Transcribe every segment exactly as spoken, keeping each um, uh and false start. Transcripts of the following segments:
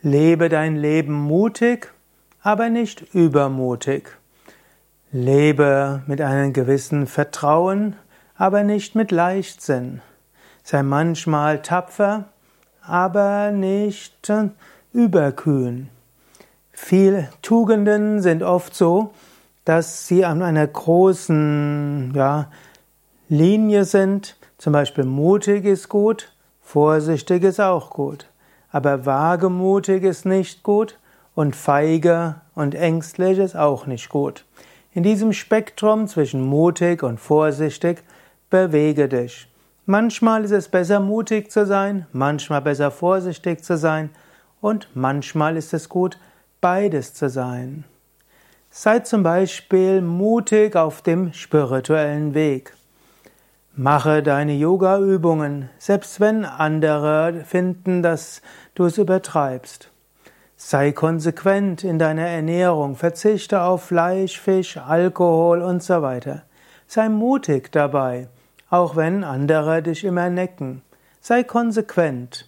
Lebe dein Leben mutig, aber nicht übermutig. Lebe mit einem gewissen Vertrauen, aber nicht mit Leichtsinn. Sei manchmal tapfer, aber nicht überkühn. Viele Tugenden sind oft so, dass sie an einer großen, ja, Linie sind. Zum Beispiel mutig ist gut, vorsichtig ist auch gut. Aber wagemutig ist nicht gut und feige und ängstlich ist auch nicht gut. In diesem Spektrum zwischen mutig und vorsichtig bewege dich. Manchmal ist es besser, mutig zu sein, manchmal besser, vorsichtig zu sein und manchmal ist es gut, beides zu sein. Sei zum Beispiel mutig auf dem spirituellen Weg. Mache deine Yoga-Übungen, selbst wenn andere finden, dass du es übertreibst. Sei konsequent in deiner Ernährung, verzichte auf Fleisch, Fisch, Alkohol und so weiter. Sei mutig dabei, auch wenn andere dich immer necken. Sei konsequent.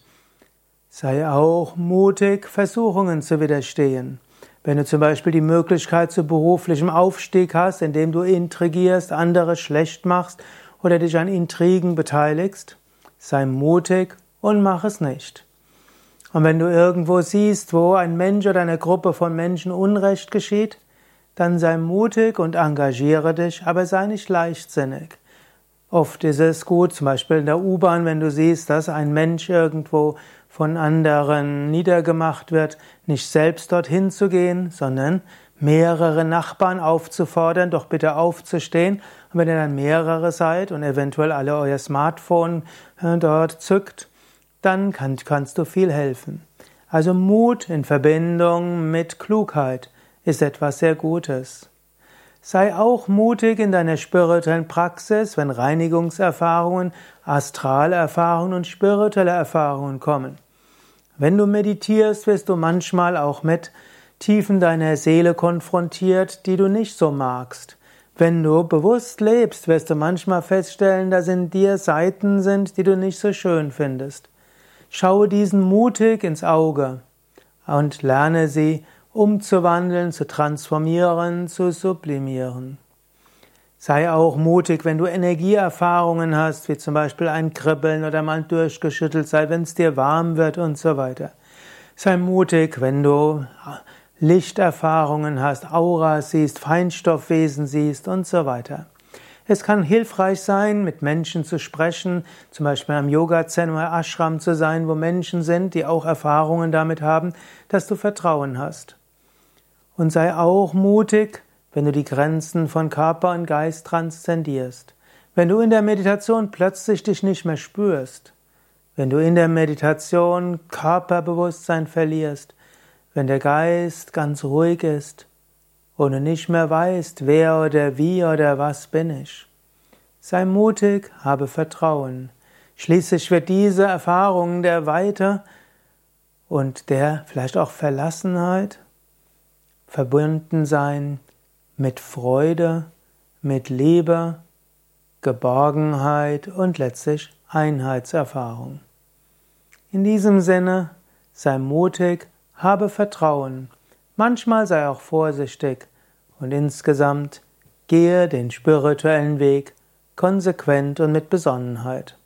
Sei auch mutig, Versuchungen zu widerstehen. Wenn du zum Beispiel die Möglichkeit zu beruflichem Aufstieg hast, indem du intrigierst, andere schlecht machst oder dich an Intrigen beteiligst, sei mutig und mach es nicht. Und wenn du irgendwo siehst, wo ein Mensch oder eine Gruppe von Menschen Unrecht geschieht, dann sei mutig und engagiere dich, aber sei nicht leichtsinnig. Oft ist es gut, zum Beispiel in der U-Bahn, wenn du siehst, dass ein Mensch irgendwo von anderen niedergemacht wird, nicht selbst dorthin zu gehen, sondern mehrere Nachbarn aufzufordern, doch bitte aufzustehen. Und wenn ihr dann mehrere seid und eventuell alle euer Smartphone dort zückt, dann kann, kannst du viel helfen. Also Mut in Verbindung mit Klugheit ist etwas sehr Gutes. Sei auch mutig in deiner spirituellen Praxis, wenn Reinigungserfahrungen, Astralerfahrungen und spirituelle Erfahrungen kommen. Wenn du meditierst, wirst du manchmal auch mit Tiefen deiner Seele konfrontiert, die du nicht so magst. Wenn du bewusst lebst, wirst du manchmal feststellen, dass in dir Seiten sind, die du nicht so schön findest. Schaue diesen mutig ins Auge und lerne sie umzuwandeln, zu transformieren, zu sublimieren. Sei auch mutig, wenn du Energieerfahrungen hast, wie zum Beispiel ein Kribbeln oder mal durchgeschüttelt sei, wenn es dir warm wird und so weiter. Sei mutig, wenn du Lichterfahrungen hast, Auras siehst, Feinstoffwesen siehst und so weiter. Es kann hilfreich sein, mit Menschen zu sprechen, zum Beispiel am Yoga-Zentrum oder Ashram zu sein, wo Menschen sind, die auch Erfahrungen damit haben, dass du Vertrauen hast. Und sei auch mutig, wenn du die Grenzen von Körper und Geist transzendierst. Wenn du in der Meditation plötzlich dich nicht mehr spürst. Wenn du in der Meditation Körperbewusstsein verlierst. Wenn der Geist ganz ruhig ist und du nicht mehr weißt, wer oder wie oder was bin ich. Sei mutig, habe Vertrauen. Schließlich wird diese Erfahrung der Weite und der vielleicht auch Verlassenheit verbunden sein mit Freude, mit Liebe, Geborgenheit und letztlich Einheitserfahrung. In diesem Sinne, sei mutig, habe Vertrauen. Manchmal sei auch vorsichtig und insgesamt gehe den spirituellen Weg konsequent und mit Besonnenheit.